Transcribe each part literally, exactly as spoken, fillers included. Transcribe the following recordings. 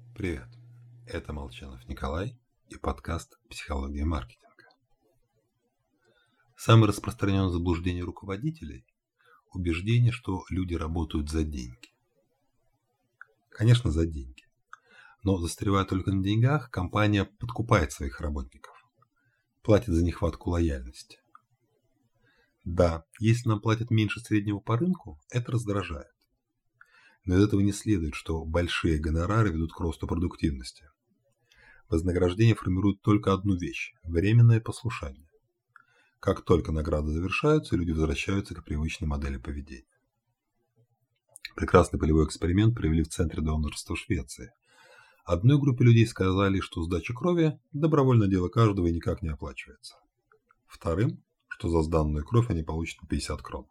Привет, это Молчанов Николай и подкаст «Психология маркетинга». Самое распространенное заблуждение руководителей – убеждение, что люди работают за деньги. Конечно, за деньги. Но застревая только на деньгах, компания подкупает своих работников, платит за нехватку лояльности. Да, если нам платят меньше среднего по рынку, это раздражает. Но из этого не следует, что большие гонорары ведут к росту продуктивности. Вознаграждение формирует только одну вещь – временное послушание. Как только награды завершаются, люди возвращаются к привычной модели поведения. Прекрасный полевой эксперимент провели в Центре донорства Швеции. Одной группе людей сказали, что сдача крови – добровольное дело каждого и никак не оплачивается. Вторым, что за сданную кровь они получат по пятьдесят крон.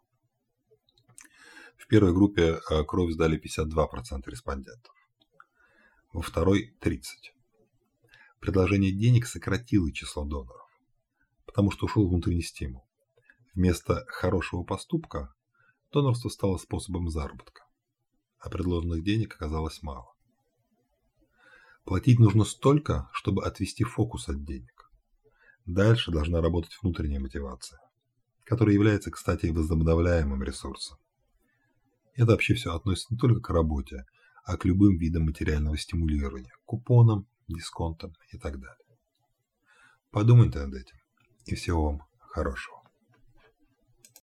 В первой группе кровь сдали пятьдесят два процента респондентов, во второй – тридцать процентов. Предложение денег сократило число доноров, потому что ушел внутренний стимул. Вместо хорошего поступка донорство стало способом заработка, а предложенных денег оказалось мало. Платить нужно столько, чтобы отвести фокус от денег. Дальше должна работать внутренняя мотивация, которая является, кстати, возобновляемым ресурсом. Это вообще все относится не только к работе, а к любым видам материального стимулирования, купонам, дисконтам и так далее. Подумайте над этим, и всего вам хорошего.